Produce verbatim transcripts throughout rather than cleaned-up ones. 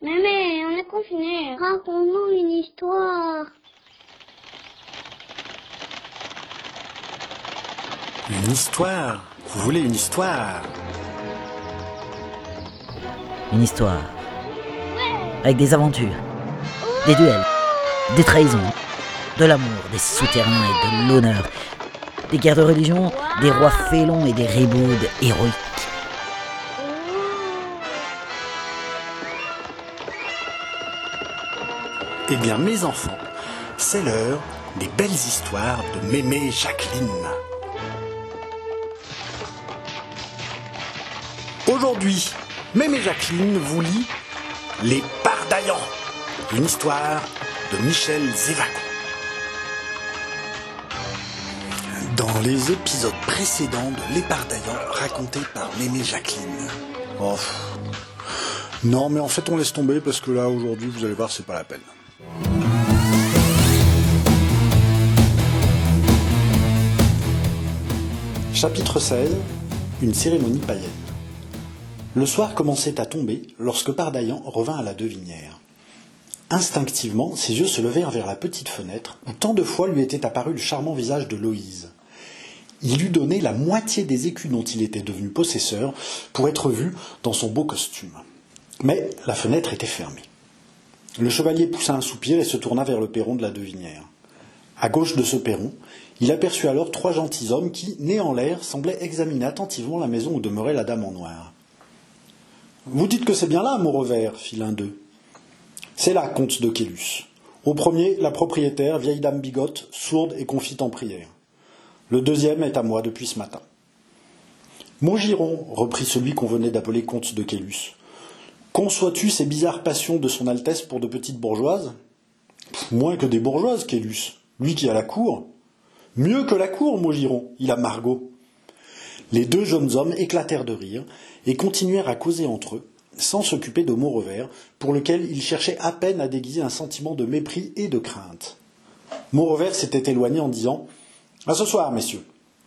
Mémé, on est confinés. Raconte-nous une histoire. Une histoire? Vous voulez une histoire? Une histoire. Avec des aventures, des duels, des trahisons, de l'amour, des souterrains et de l'honneur, des guerres de religion, des rois félons et des ribaudes héroïques. Eh bien, mes enfants, c'est l'heure des belles histoires de Mémé et Jacqueline. Aujourd'hui, Mémé Jacqueline vous lit Les Pardaillants, une histoire de Michel Zévaco. Dans les épisodes précédents de Les Pardaillants racontés par Mémé Jacqueline. Oh. Non, mais en fait, on laisse tomber parce que là, aujourd'hui, vous allez voir, c'est pas la peine. Chapitre seize. Une cérémonie païenne. Le soir commençait à tomber lorsque Pardaillan revint à la devinière. Instinctivement, ses yeux se levèrent vers la petite fenêtre où tant de fois lui était apparu le charmant visage de Loïse. Il eût donné la moitié des écus dont il était devenu possesseur pour être vu dans son beau costume. Mais la fenêtre était fermée. Le chevalier poussa un soupir et se tourna vers le perron de la devinière. À gauche de ce perron, il aperçut alors trois gentilshommes qui, nés en l'air, semblaient examiner attentivement la maison où demeurait la dame en noir. « Vous dites que c'est bien là, Maurevert » fit l'un d'eux. « C'est là, comte de Quélus. Au premier, la propriétaire, vieille dame bigote, sourde et confite en prière. Le deuxième est à moi depuis ce matin. »« Maugiron, reprit celui qu'on venait d'appeler comte de Quélus, conçois-tu ces bizarres passions de son Altesse pour de petites bourgeoises ? Moins que des bourgeoises, Quélus, lui qui a la cour. Mieux que la cour, Maugiron, il a Margot. » Les deux jeunes hommes éclatèrent de rire et continuèrent à causer entre eux, sans s'occuper de Maurevert, pour lequel ils cherchaient à peine à déguiser un sentiment de mépris et de crainte. Maurevert s'était éloigné en disant « À ce soir, messieurs !»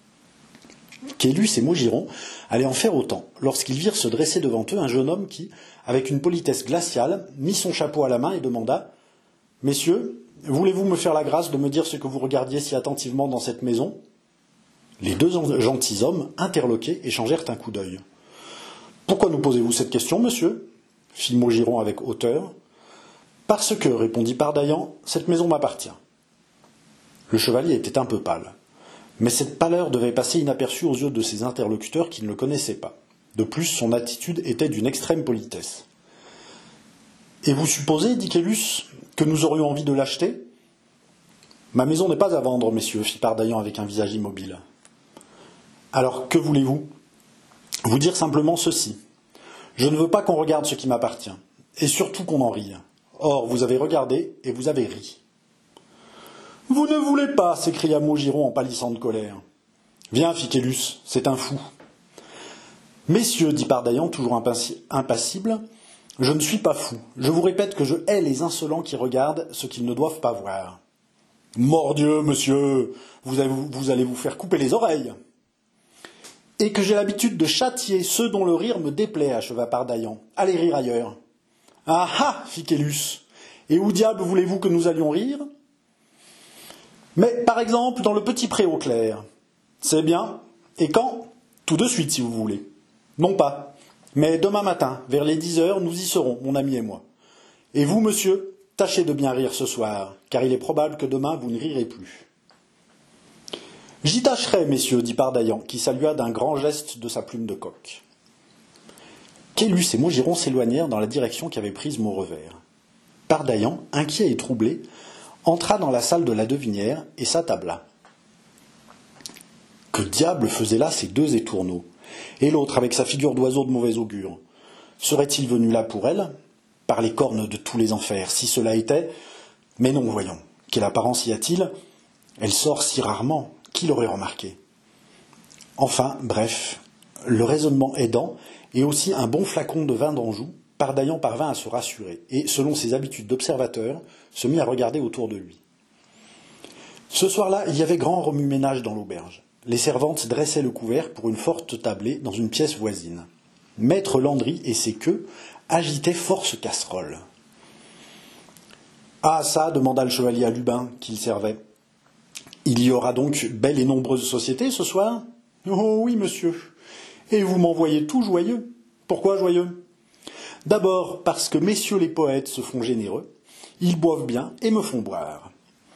Quélus et Maugiron allaient en faire autant, lorsqu'ils virent se dresser devant eux un jeune homme qui, avec une politesse glaciale, mit son chapeau à la main et demanda « Messieurs, voulez-vous me faire la grâce de me dire ce que vous regardiez si attentivement dans cette maison ?» Les deux gentilshommes, interloqués, échangèrent un coup d'œil. « Pourquoi nous posez-vous cette question, monsieur ?» fit Maugiron avec hauteur. « Parce que, répondit Pardaillan, cette maison m'appartient. » Le chevalier était un peu pâle. Mais cette pâleur devait passer inaperçue aux yeux de ses interlocuteurs qui ne le connaissaient pas. De plus, son attitude était d'une extrême politesse. « Et vous supposez, dit Quélus, que nous aurions envie de l'acheter ?»« Ma maison n'est pas à vendre, messieurs, fit Pardaillan avec un visage immobile. »« Alors, que voulez-vous ? Vous dire simplement ceci. Je ne veux pas qu'on regarde ce qui m'appartient, et surtout qu'on en rie. Or, vous avez regardé et vous avez ri. »« Vous ne voulez pas !» s'écria Maugiron en pâlissant de colère. « Viens, fit Quélus, c'est un fou. »« Messieurs, dit Pardaillan, toujours impassible, je ne suis pas fou. Je vous répète que je hais les insolents qui regardent ce qu'ils ne doivent pas voir. »« Mordieu, monsieur, vous allez vous, vous allez vous faire couper les oreilles. »« Et que j'ai l'habitude de châtier ceux dont le rire me déplaît, acheva Pardaillan. Allez rire ailleurs. »« Ah ah !» fit Quélus. « Et où diable voulez-vous que nous allions rire ? » Mais, par exemple, dans le petit pré au clair. C'est bien. Et quand ? Tout de suite, si vous voulez. Non pas. Mais demain matin, vers les dix heures, nous y serons, mon ami et moi. Et vous, monsieur, tâchez de bien rire ce soir, car il est probable que demain, vous ne rirez plus. J'y tâcherai, messieurs, dit Pardaillan, qui salua d'un grand geste de sa plume de coq. Quélus et Maugiron s'éloignèrent dans la direction qu'avait prise Maurevert. Pardaillan, inquiet et troublé, entra dans la salle de la devinière et s'attabla. Que diable faisaient là ces deux étourneaux ? Et l'autre, avec sa figure d'oiseau de mauvais augure, serait-il venu là pour elle ? Par les cornes de tous les enfers, si cela était... Mais non, voyons, quelle apparence y a-t-il ? Elle sort si rarement, qui l'aurait remarqué ? Enfin, bref, le raisonnement aidant, et aussi un bon flacon de vin d'Anjou, Pardaillan parvint à se rassurer, et, selon ses habitudes d'observateur, se mit à regarder autour de lui. Ce soir-là, il y avait grand remue-ménage dans l'auberge. Les servantes dressaient le couvert pour une forte tablée dans une pièce voisine. Maître Landry et ses queues agitait force casserole. « Ah ça !» demanda le chevalier à Lubin, qu'il servait. « Il y aura donc belle et nombreuse société ce soir ?»« Oh oui, monsieur. Et vous m'envoyez tout joyeux. Pourquoi joyeux ? D'abord parce que messieurs les poètes se font généreux, ils boivent bien et me font boire. »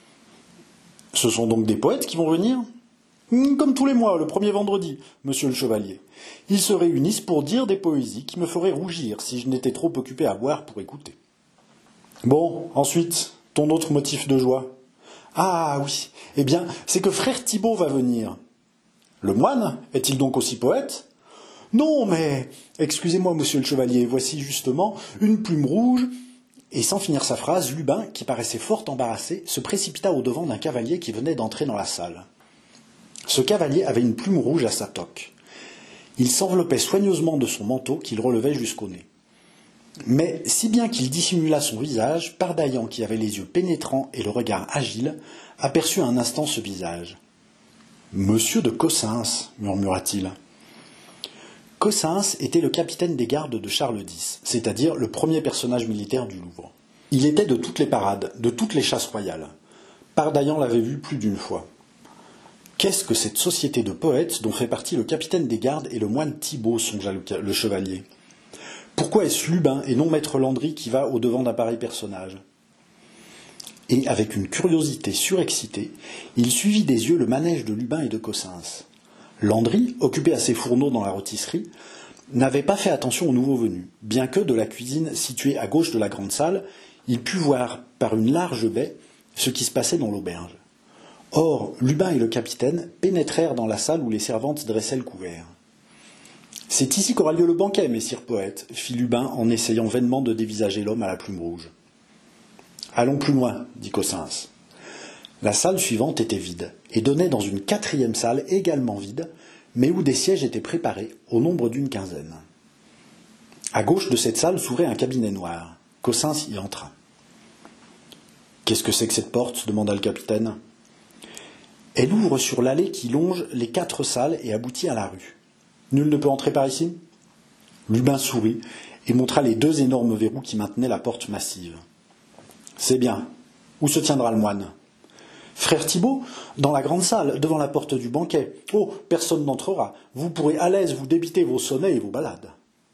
« Ce sont donc des poètes qui vont venir ? » ?»« Comme tous les mois, le premier vendredi, monsieur le chevalier. Ils se réunissent pour dire des poésies qui me feraient rougir si je n'étais trop occupé à boire pour écouter. »« Bon, ensuite, ton autre motif de joie ? » ?»« Ah oui, eh bien, c'est que frère Thibaut va venir. »« Le moine ? Est-il donc aussi poète ? » ?»« Non, mais, excusez-moi, monsieur le chevalier, voici justement une plume rouge. » Et sans finir sa phrase, Lubin, qui paraissait fort embarrassé, se précipita au-devant d'un cavalier qui venait d'entrer dans la salle. Ce cavalier avait une plume rouge à sa toque. Il s'enveloppait soigneusement de son manteau qu'il relevait jusqu'au nez. Mais, si bien qu'il dissimula son visage, Pardaillan, qui avait les yeux pénétrants et le regard agile, aperçut un instant ce visage. « Monsieur de Cossins, murmura-t-il. Cossins était le capitaine des gardes de Charles X, c'est-à-dire le premier personnage militaire du Louvre. Il était de toutes les parades, de toutes les chasses royales. Pardaillan l'avait vu plus d'une fois. Qu'est-ce que cette société de poètes dont fait partie le capitaine des gardes et le moine Thibaut, songea le, le chevalier. Pourquoi est-ce Lubin et non maître Landry qui va au-devant d'un pareil personnage ? Et avec une curiosité surexcitée, il suivit des yeux le manège de Lubin et de Cossins. Landry, occupé à ses fourneaux dans la rôtisserie, n'avait pas fait attention aux nouveaux venus, bien que, de la cuisine située à gauche de la grande salle, il put voir par une large baie ce qui se passait dans l'auberge. Or, Lubin et le capitaine pénétrèrent dans la salle où les servantes dressaient le couvert. « C'est ici qu'aura lieu le banquet, messire poète, » fit Lubin en essayant vainement de dévisager l'homme à la plume rouge. « Allons plus loin, » dit Cossins. La salle suivante était vide, et donnait dans une quatrième salle également vide, mais où des sièges étaient préparés, au nombre d'une quinzaine. À gauche de cette salle s'ouvrait un cabinet noir. Cossins y entra. « Qu'est-ce que c'est que cette porte ?» demanda le capitaine. « Elle ouvre sur l'allée qui longe les quatre salles et aboutit à la rue. Nul ne peut entrer par ici ?» Lubin sourit et montra les deux énormes verrous qui maintenaient la porte massive. « C'est bien. Où se tiendra le moine ? » Frère Thibaut, dans la grande salle, devant la porte du banquet. Oh, personne n'entrera. Vous pourrez à l'aise vous débiter vos sonnets et vos ballades.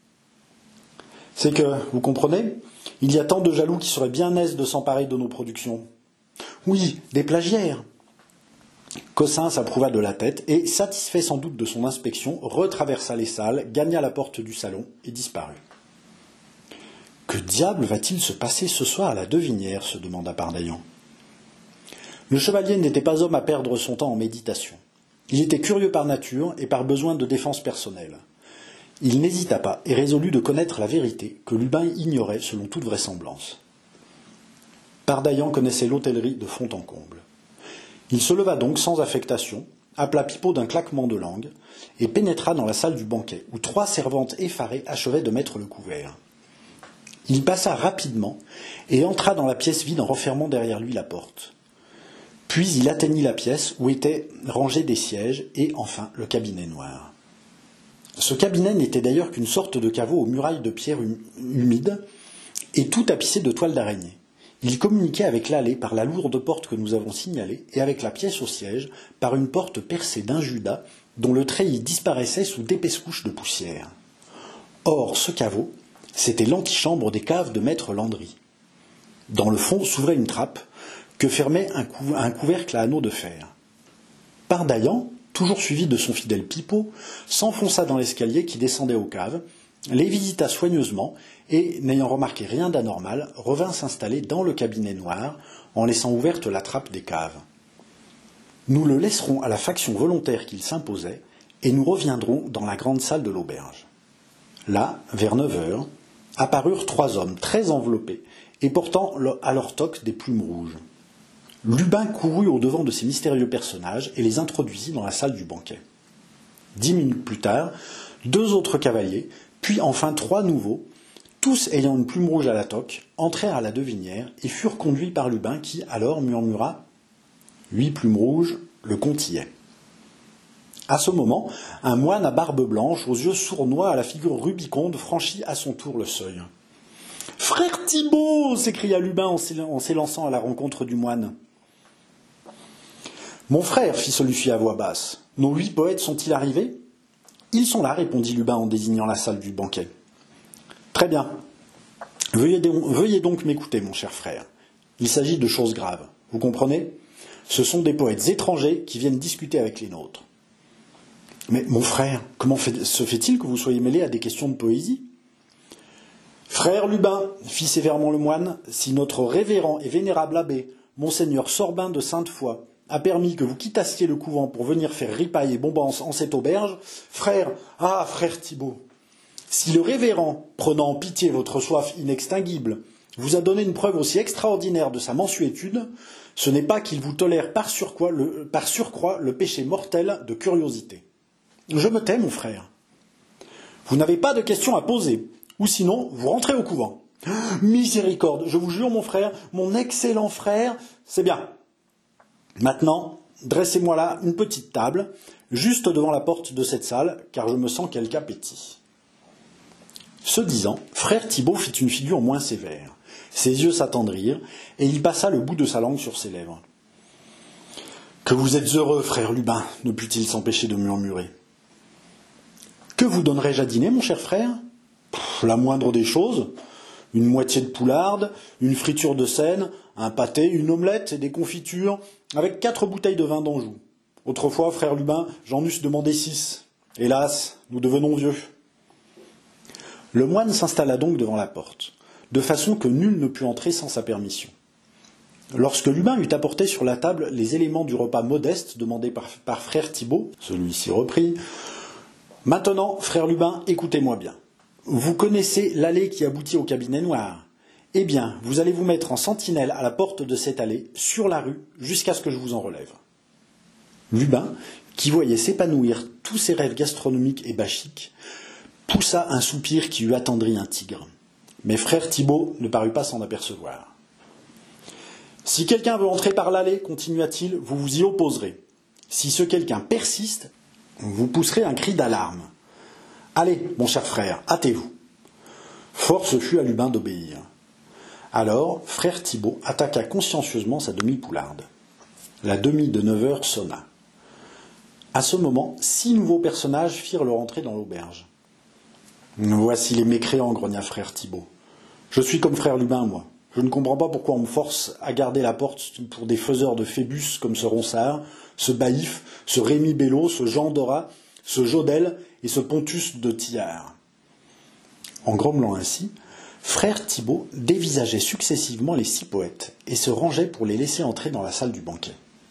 C'est que, vous comprenez, il y a tant de jaloux qui seraient bien aises de s'emparer de nos productions. Oui, des plagiaires. Cossins approuva de la tête et, satisfait sans doute de son inspection, retraversa les salles, gagna la porte du salon et disparut. Que diable va-t-il se passer ce soir à la Devinière ? Se demanda Pardaillan. Le chevalier n'était pas homme à perdre son temps en méditation. Il était curieux par nature et par besoin de défense personnelle. Il n'hésita pas et résolut de connaître la vérité que Lubin ignorait selon toute vraisemblance. Pardaillan connaissait l'hôtellerie de fond en comble. Il se leva donc sans affectation, appela Pipeau d'un claquement de langue et pénétra dans la salle du banquet, où trois servantes effarées achevaient de mettre le couvert. Il passa rapidement et entra dans la pièce vide en refermant derrière lui la porte. Puis il atteignit la pièce où étaient rangés des sièges et, enfin, le cabinet noir. Ce cabinet n'était d'ailleurs qu'une sorte de caveau aux murailles de pierre hum- humide et tout tapissé de toiles d'araignée. Il communiquait avec l'allée par la lourde porte que nous avons signalée et avec la pièce au siège par une porte percée d'un judas dont le treillis disparaissait sous d'épaisses couches de poussière. Or, ce caveau, c'était l'antichambre des caves de maître Landry. Dans le fond s'ouvrait une trappe que fermait un, cou- un couvercle à anneaux de fer. Pardaillan, toujours suivi de son fidèle Pipeau, s'enfonça dans l'escalier qui descendait aux caves, les visita soigneusement et, n'ayant remarqué rien d'anormal, revint s'installer dans le cabinet noir en laissant ouverte la trappe des caves. Nous le laisserons à la faction volontaire qu'il s'imposait et nous reviendrons dans la grande salle de l'auberge. Là, vers neuf heures, apparurent trois hommes très enveloppés et portant à leur toque des plumes rouges. Lubin courut au-devant de ces mystérieux personnages et les introduisit dans la salle du banquet. Dix minutes plus tard, deux autres cavaliers, puis enfin trois nouveaux, tous ayant une plume rouge à la toque, entrèrent à la Devinière et furent conduits par Lubin qui, alors, murmura « Huit plumes rouges, le compte y est ». À ce moment, un moine à barbe blanche, aux yeux sournois, à la figure rubiconde, franchit à son tour le seuil. « Frère Thibaut !» s'écria Lubin en s'élançant à la rencontre du moine. « Mon frère, fit celui-ci à voix basse, nos huit poètes sont-ils arrivés ?»« Ils sont là, répondit Lubin en désignant la salle du banquet. « Très bien. Veuillez, donc, veuillez donc m'écouter, mon cher frère. Il s'agit de choses graves. Vous comprenez ? Ce sont des poètes étrangers qui viennent discuter avec les nôtres. »« Mais mon frère, comment fait, se fait-il que vous soyez mêlé à des questions de poésie ?»« Frère Lubin, fit sévèrement le moine, si notre révérend et vénérable abbé, monseigneur Sorbin de Sainte-Foy, a permis que vous quittassiez le couvent pour venir faire ripaille et bombance en cette auberge, frère, ah, frère Thibaut, si le révérend, prenant en pitié votre soif inextinguible, vous a donné une preuve aussi extraordinaire de sa mansuétude, ce n'est pas qu'il vous tolère par surcroît le, par surcroît le péché mortel de curiosité. Je me tais, mon frère. Vous n'avez pas de questions à poser, ou sinon, vous rentrez au couvent. Miséricorde, je vous jure, mon frère, mon excellent frère, c'est bien. Maintenant, dressez-moi là une petite table, juste devant la porte de cette salle, car je me sens quelque appétit. Ce disant, frère Thibaut fit une figure moins sévère. Ses yeux s'attendrirent, et il passa le bout de sa langue sur ses lèvres. « Que vous êtes heureux, frère Lubin, ne put-il s'empêcher de murmurer. « Que vous donnerais-je à dîner, mon cher frère ? Pff, la moindre des choses. Une moitié de poularde, une friture de Seine, un pâté, une omelette et des confitures, avec quatre bouteilles de vin d'Anjou. Autrefois, frère Lubin, j'en eusse demandé six. Hélas, nous devenons vieux. » Le moine s'installa donc devant la porte, de façon que nul ne put entrer sans sa permission. Lorsque Lubin eut apporté sur la table les éléments du repas modeste demandé par, par frère Thibaut, celui-ci reprit « Maintenant, frère Lubin, écoutez-moi bien. Vous connaissez l'allée qui aboutit au cabinet noir. Eh bien, vous allez vous mettre en sentinelle à la porte de cette allée, sur la rue, jusqu'à ce que je vous en relève. » Lubin, qui voyait s'épanouir tous ses rêves gastronomiques et bachiques, poussa un soupir qui eût attendri un tigre. Mais frère Thibaut ne parut pas s'en apercevoir. « Si quelqu'un veut entrer par l'allée, continua-t-il, vous vous y opposerez. Si ce quelqu'un persiste, vous pousserez un cri d'alarme. Allez, mon cher frère, hâtez-vous. » Force fut à Lubin d'obéir. Alors, frère Thibaut attaqua consciencieusement sa demi-poularde. La demi de neuf heures sonna. À ce moment, six nouveaux personnages firent leur entrée dans l'auberge. « Voici les mécréants, grogna frère Thibaut. Je suis comme frère Lubin, moi. Je ne comprends pas pourquoi on me force à garder la porte pour des faiseurs de Phébus comme ce Ronsard, ce Baïf, ce Rémi Bello, ce Jean Dorat, ce Jodel et ce Pontus de Tillard. » En grommelant ainsi, frère Thibaut dévisageait successivement les six poètes et se rangeait pour les laisser entrer dans la salle du banquet.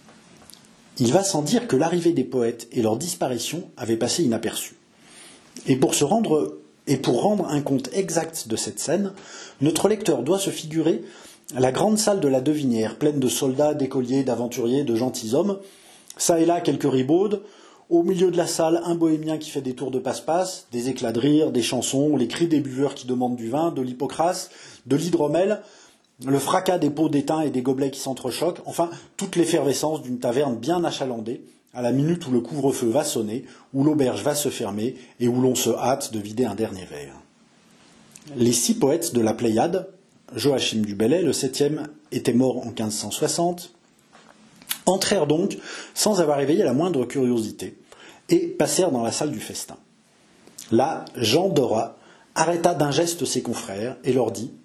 Il va sans dire que l'arrivée des poètes et leur disparition avaient passé inaperçus. Et pour se rendre Et pour rendre un compte exact de cette scène, notre lecteur doit se figurer la grande salle de la Devinière, pleine de soldats, d'écoliers, d'aventuriers, de gentilshommes, ça et là quelques ribaudes, au milieu de la salle un bohémien qui fait des tours de passe-passe, des éclats de rire, des chansons, les cris des buveurs qui demandent du vin, de l'hypocrase, de l'hydromel, le fracas des pots d'étain et des gobelets qui s'entrechoquent, enfin toute l'effervescence d'une taverne bien achalandée, à la minute où le couvre-feu va sonner, où l'auberge va se fermer et où l'on se hâte de vider un dernier verre. Les six poètes de la Pléiade, Joachim du Bellay, le septième, était mort en quinze cent soixante, entrèrent donc sans avoir éveillé la moindre curiosité et passèrent dans la salle du festin. Là, Jean Dorat arrêta d'un geste ses confrères et leur dit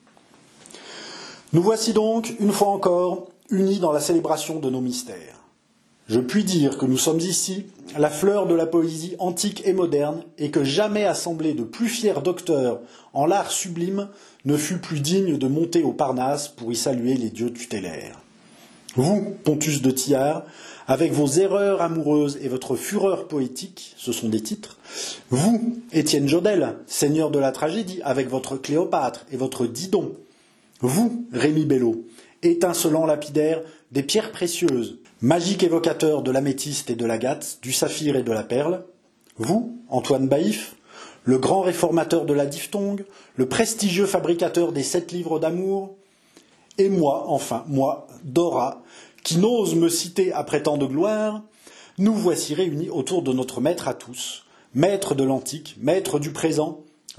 « Nous voici donc, une fois encore, unis dans la célébration de nos mystères. Je puis dire que nous sommes ici, la fleur de la poésie antique et moderne, et que jamais assemblée de plus fiers docteurs en l'art sublime ne fut plus digne de monter au Parnasse pour y saluer les dieux tutélaires. Vous, Pontus de Tillard, avec vos erreurs amoureuses et votre fureur poétique, ce sont des titres. Vous, Étienne Jodel, seigneur de la tragédie, avec votre Cléopâtre et votre Didon. Vous, Rémi Bello, étincelant lapidaire des pierres précieuses, magique évocateur de l'améthyste et de l'agate, du saphir et de la perle. Vous, Antoine Baïf, le grand réformateur de la diphtongue, le prestigieux fabricateur des sept livres d'amour. Et moi, enfin, moi, Dorat, qui n'ose me citer après tant de gloire, nous voici réunis autour de notre maître à tous, maître de l'antique, maître du présent,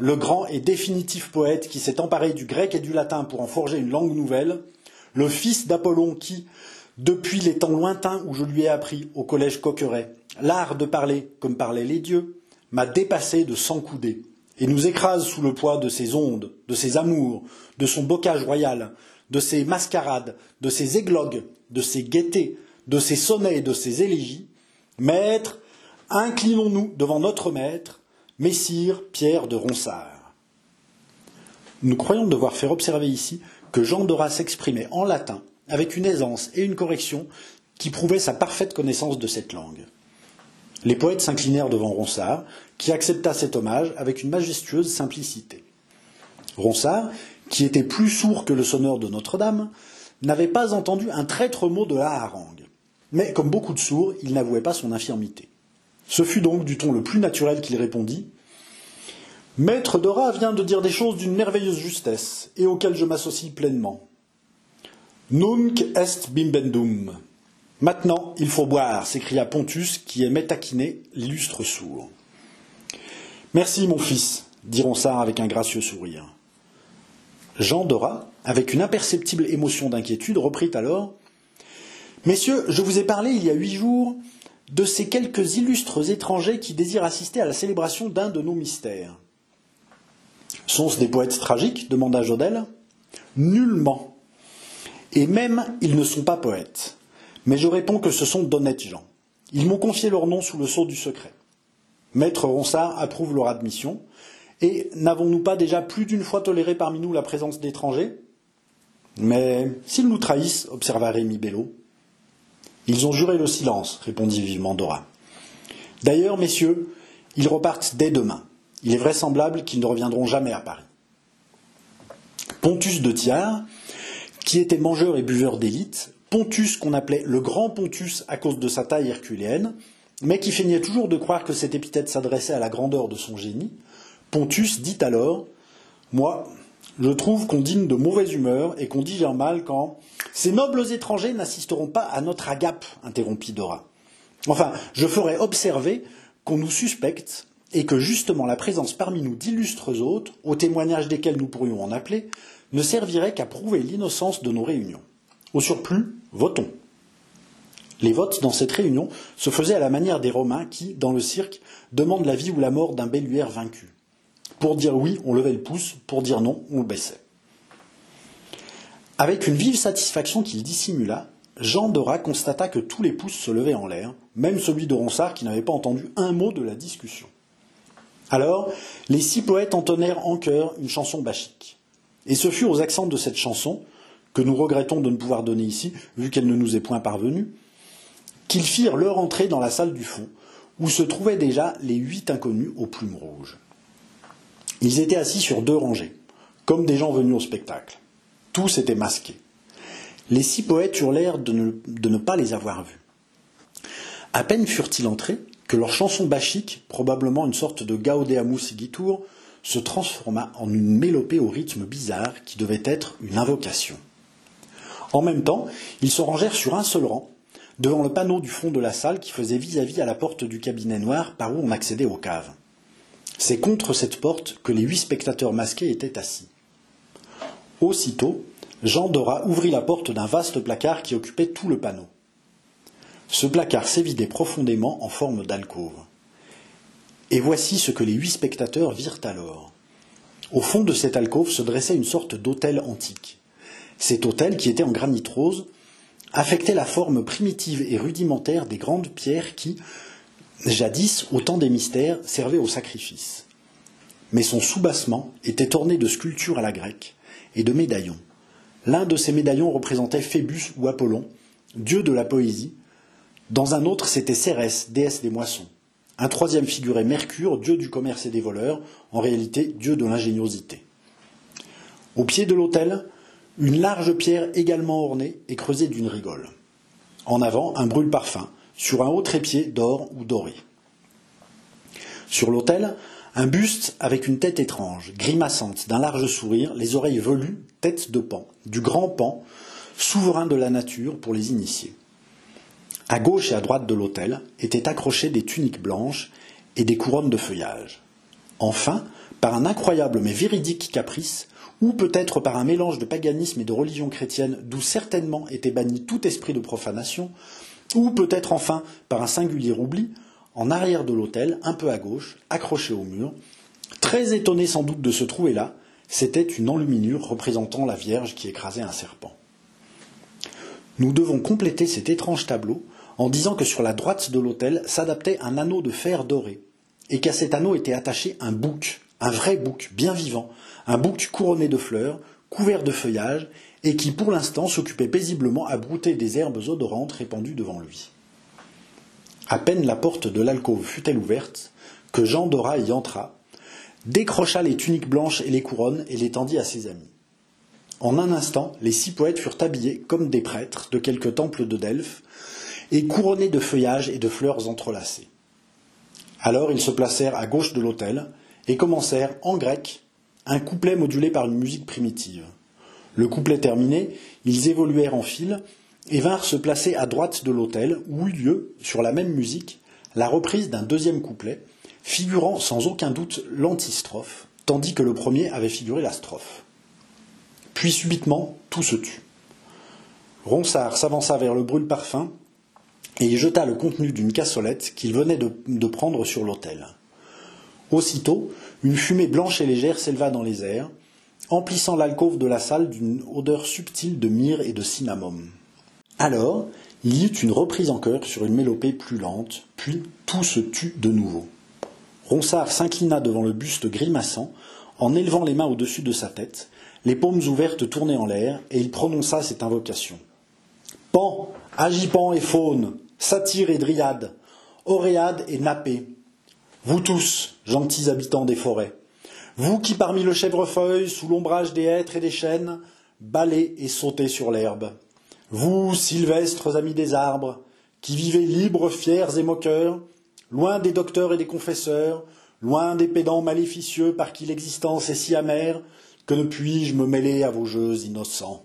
le grand et définitif poète qui s'est emparé du grec et du latin pour en forger une langue nouvelle, le fils d'Apollon qui, depuis les temps lointains où je lui ai appris au collège Coqueret l'art de parler comme parlaient les dieux, m'a dépassé de cent coudées et nous écrase sous le poids de ses ondes, de ses amours, de son bocage royal, de ses mascarades, de ses églogues, de ses gaietés, de ses sonnets et de ses élégies. Maître, inclinons-nous devant notre maître, Messire Pierre de Ronsard. Nous croyons devoir faire observer ici que Jean Dorat s'exprimait en latin avec une aisance et une correction qui prouvaient sa parfaite connaissance de cette langue. Les poètes s'inclinèrent devant Ronsard, qui accepta cet hommage avec une majestueuse simplicité. Ronsard, qui était plus sourd que le sonneur de Notre-Dame, n'avait pas entendu un traître mot de la harangue. Mais, comme beaucoup de sourds, il n'avouait pas son infirmité. Ce fut donc du ton le plus naturel qu'il répondit « Maître Dorat vient de dire des choses d'une merveilleuse justesse, et auxquelles je m'associe pleinement. Nunc est bimbendum. Maintenant, il faut boire, s'écria Pontus, qui aimait taquiner l'illustre sourd. Merci, mon fils, dit Ronsard avec un gracieux sourire. Jean Dorat, avec une imperceptible émotion d'inquiétude, reprit alors « Messieurs, je vous ai parlé il y a huit jours de ces quelques illustres étrangers qui désirent assister à la célébration d'un de nos mystères. » Sont-ce des poètes tragiques demanda Jodelle. Nullement. Et même, ils ne sont pas poètes. Mais je réponds que ce sont d'honnêtes gens. Ils m'ont confié leur nom sous le sceau du secret. Maître Ronsard approuve leur admission. Et n'avons-nous pas déjà plus d'une fois toléré parmi nous la présence d'étrangers? Mais s'ils nous trahissent, observa Rémi Bello. Ils ont juré le silence, répondit vivement Dorat. D'ailleurs, messieurs, ils repartent dès demain. Il est vraisemblable qu'ils ne reviendront jamais à Paris. Pontus de Thiard, qui était mangeur et buveur d'élite, Pontus qu'on appelait le grand Pontus à cause de sa taille herculéenne, mais qui feignait toujours de croire que cette épithète s'adressait à la grandeur de son génie, Pontus dit alors « Moi, je trouve qu'on dîne de mauvaise humeur et qu'on digère mal quand ces nobles étrangers n'assisteront pas à notre agape, interrompit Dorat. Enfin, je ferai observer qu'on nous suspecte et que justement la présence parmi nous d'illustres hôtes, au témoignage desquels nous pourrions en appeler, ne servirait qu'à prouver l'innocence de nos réunions. Au surplus, votons. » Les votes dans cette réunion se faisaient à la manière des Romains qui, dans le cirque, demandent la vie ou la mort d'un belluaire vaincu. Pour dire oui, on levait le pouce, pour dire non, on le baissait. Avec une vive satisfaction qu'il dissimula, Jean Dorat constata que tous les pouces se levaient en l'air, même celui de Ronsard qui n'avait pas entendu un mot de la discussion. Alors, les six poètes entonnèrent en chœur une chanson bachique. Et ce fut aux accents de cette chanson, que nous regrettons de ne pouvoir donner ici, vu qu'elle ne nous est point parvenue, qu'ils firent leur entrée dans la salle du fond, où se trouvaient déjà les huit inconnus aux plumes rouges. Ils étaient assis sur deux rangées, comme des gens venus au spectacle. Tous étaient masqués. Les six poètes hurlèrent de ne, de ne pas les avoir vus. À peine furent-ils entrés que leur chanson bachique, probablement une sorte de Gaudeamus igitur, se transforma en une mélopée au rythme bizarre qui devait être une invocation. En même temps, ils se rangèrent sur un seul rang, devant le panneau du fond de la salle qui faisait vis-à-vis à la porte du cabinet noir par où on accédait aux caves. C'est contre cette porte que les huit spectateurs masqués étaient assis. Aussitôt, Jean Dorat ouvrit la porte d'un vaste placard qui occupait tout le panneau. Ce placard s'évidait profondément en forme d'alcôve. Et voici ce que les huit spectateurs virent alors. Au fond de cette alcôve se dressait une sorte d'autel antique. Cet autel, qui était en granit rose, affectait la forme primitive et rudimentaire des grandes pierres qui, jadis, au temps des mystères, servaient au sacrifice. Mais son soubassement était orné de sculptures à la grecque et de médaillons. L'un de ces médaillons représentait Phébus ou Apollon, dieu de la poésie. Dans un autre, c'était Cérès, déesse des moissons. Un troisième figurait Mercure, dieu du commerce et des voleurs, en réalité dieu de l'ingéniosité. Au pied de l'autel, une large pierre également ornée et creusée d'une rigole. En avant, un brûle-parfum, sur un haut trépied d'or ou doré. Sur l'autel, un buste avec une tête étrange, grimaçante, d'un large sourire, les oreilles velues, tête de Pan, du grand Pan, souverain de la nature pour les initiés. À gauche et à droite de l'autel étaient accrochées des tuniques blanches et des couronnes de feuillage. Enfin, par un incroyable mais véridique caprice, ou peut-être par un mélange de paganisme et de religion chrétienne, d'où certainement était banni tout esprit de profanation, ou peut-être enfin par un singulier oubli, en arrière de l'autel, un peu à gauche, accroché au mur, très étonné sans doute de se trouver là, c'était une enluminure représentant la Vierge qui écrasait un serpent. Nous devons compléter cet étrange tableau en disant que sur la droite de l'autel s'adaptait un anneau de fer doré, et qu'à cet anneau était attaché un bouc, un vrai bouc bien vivant, un bouc couronné de fleurs, couvert de feuillage, et qui pour l'instant s'occupait paisiblement à brouter des herbes odorantes répandues devant lui. À peine la porte de l'alcôve fut-elle ouverte, que Jean Dorat y entra, décrocha les tuniques blanches et les couronnes et les tendit à ses amis. En un instant, les six poètes furent habillés comme des prêtres de quelque temple de Delphes et couronnés de feuillages et de fleurs entrelacées. Alors ils se placèrent à gauche de l'autel et commencèrent, en grec, un couplet modulé par une musique primitive. Le couplet terminé, ils évoluèrent en file et vinrent se placer à droite de l'autel où eut lieu, sur la même musique, la reprise d'un deuxième couplet, figurant sans aucun doute l'antistrophe, tandis que le premier avait figuré la strophe. Puis subitement, tout se tut. Ronsard s'avança vers le brûle-parfum et y jeta le contenu d'une cassolette qu'il venait de, de prendre sur l'autel. Aussitôt, une fumée blanche et légère s'éleva dans les airs, emplissant l'alcôve de la salle d'une odeur subtile de myrrhe et de cinnamome. Alors, il y eut une reprise en chœur sur une mélopée plus lente, puis tout se tut de nouveau. Ronsard s'inclina devant le buste grimaçant, en élevant les mains au-dessus de sa tête, les paumes ouvertes tournées en l'air, et il prononça cette invocation. Pan, Agipan et Faune, Satyre et Dryade, Oréade et Nappé, vous tous, gentils habitants des forêts, vous qui parmi le chèvrefeuille, sous l'ombrage des hêtres et des chênes, bâlez et sautez sur l'herbe, vous, sylvestres amis des arbres, qui vivez libres, fiers et moqueurs, loin des docteurs et des confesseurs, loin des pédants maléficieux par qui l'existence est si amère, que ne puis-je me mêler à vos jeux innocents.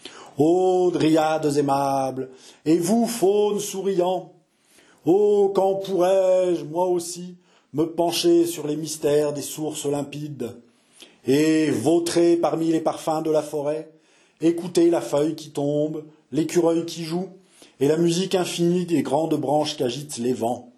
Ô dryades aimables, et vous, faunes souriants, ô quand pourrais-je, moi aussi, me pencher sur les mystères des sources limpides, et vautrer parmi les parfums de la forêt, écouter la feuille qui tombe, l'écureuil qui joue, et la musique infinie des grandes branches qu'agitent les vents.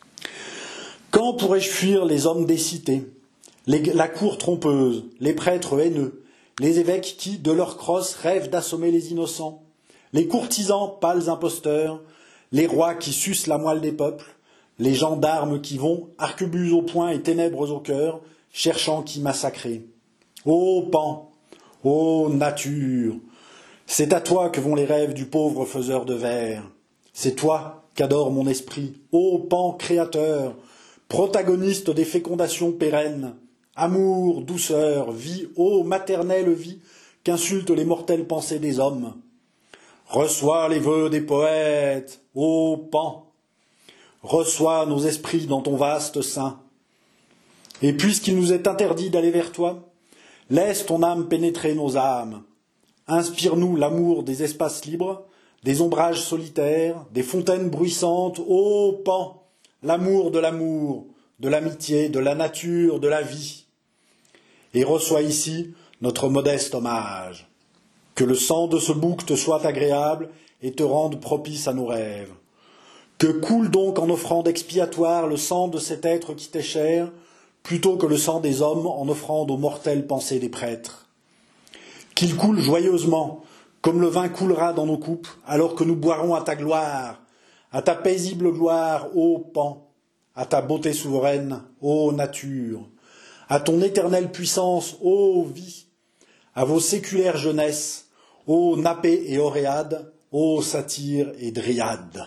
Quand pourrais-je fuir les hommes des cités, les, la cour trompeuse, les prêtres haineux, les évêques qui, de leur crosse, rêvent d'assommer les innocents, les courtisans pâles imposteurs, les rois qui sucent la moelle des peuples, les gendarmes qui vont, arquebuses au poing et ténèbres au cœur, cherchant qui massacrer. Ô Pan, ô nature, c'est à toi que vont les rêves du pauvre faiseur de vers. C'est toi qu'adore mon esprit, ô Pan créateur, protagoniste des fécondations pérennes. Amour, douceur, vie, ô maternelle vie, qu'insultent les mortelles pensées des hommes. Reçois les vœux des poètes, ô Pan. Reçois nos esprits dans ton vaste sein. Et puisqu'il nous est interdit d'aller vers toi, laisse ton âme pénétrer nos âmes. Inspire-nous l'amour des espaces libres, des ombrages solitaires, des fontaines bruissantes, ô Pan, l'amour de l'amour, de l'amitié, de la nature, de la vie. Et reçois ici notre modeste hommage. Que le sang de ce bouc te soit agréable et te rende propice à nos rêves. Que coule donc en offrande expiatoire le sang de cet être qui t'est cher, plutôt que le sang des hommes en offrande aux mortelles pensées des prêtres. Qu'il coule joyeusement, comme le vin coulera dans nos coupes, alors que nous boirons à ta gloire, à ta paisible gloire, ô Pan, à ta beauté souveraine, ô nature, à ton éternelle puissance, ô vie, à vos séculaires jeunesses, ô Nappé et Oréade, ô Satyre et Dryade.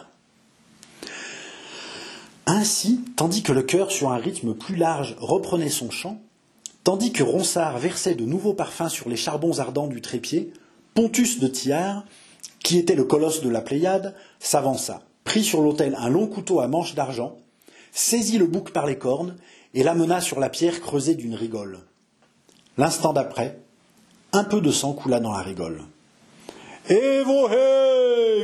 Ainsi, tandis que le chœur sur un rythme plus large reprenait son chant, tandis que Ronsard versait de nouveaux parfums sur les charbons ardents du trépied, Pontus de Thiard, qui était le colosse de la Pléiade, s'avança, prit sur l'autel un long couteau à manche d'argent, saisit le bouc par les cornes et l'amena sur la pierre creusée d'une rigole. L'instant d'après, un peu de sang coula dans la rigole. « Evohé !»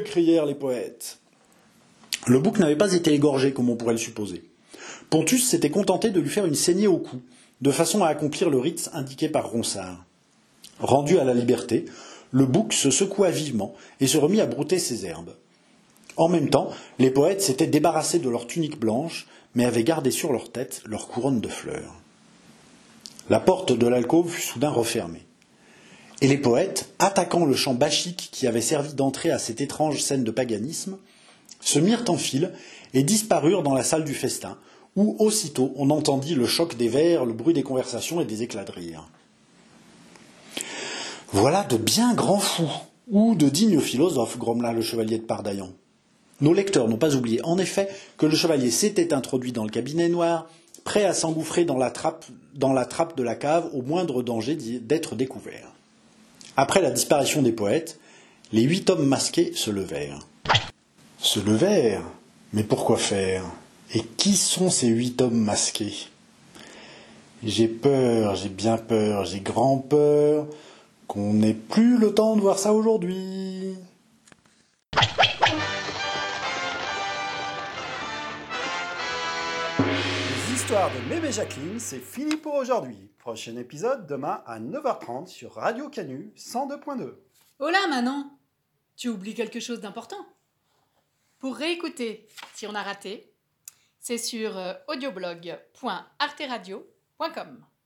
crièrent les poètes. Le bouc n'avait pas été égorgé comme on pourrait le supposer. Pontus s'était contenté de lui faire une saignée au cou, de façon à accomplir le rite indiqué par Ronsard. Rendu à la liberté, le bouc se secoua vivement et se remit à brouter ses herbes. En même temps, les poètes s'étaient débarrassés de leurs tuniques blanches, mais avaient gardé sur leur tête leur couronne de fleurs. La porte de l'alcôve fut soudain refermée. Et les poètes, attaquant le chant bachique qui avait servi d'entrée à cette étrange scène de paganisme, se mirent en file et disparurent dans la salle du festin, où aussitôt on entendit le choc des verres, le bruit des conversations et des éclats de rire. Voilà de bien grands fous, ou de dignes philosophes, grommela le chevalier de Pardaillan. Nos lecteurs n'ont pas oublié, en effet, que le chevalier s'était introduit dans le cabinet noir, prêt à s'engouffrer dans la trappe, dans la trappe de la cave au moindre danger d'être découvert. Après la disparition des poètes, les huit hommes masqués se levèrent. Se levèrent ? Mais pourquoi faire ? Et qui sont ces huit hommes masqués ? J'ai peur, j'ai bien peur, j'ai grand peur qu'on n'ait plus le temps de voir ça aujourd'hui. Les histoires de Mémé Jacqueline, c'est fini pour aujourd'hui. Prochain épisode demain à neuf heures trente sur Radio Canu cent deux point deux. Oh là, Manon, tu oublies quelque chose d'important. Pour réécouter, si on a raté, c'est sur audioblog point arte radio point com.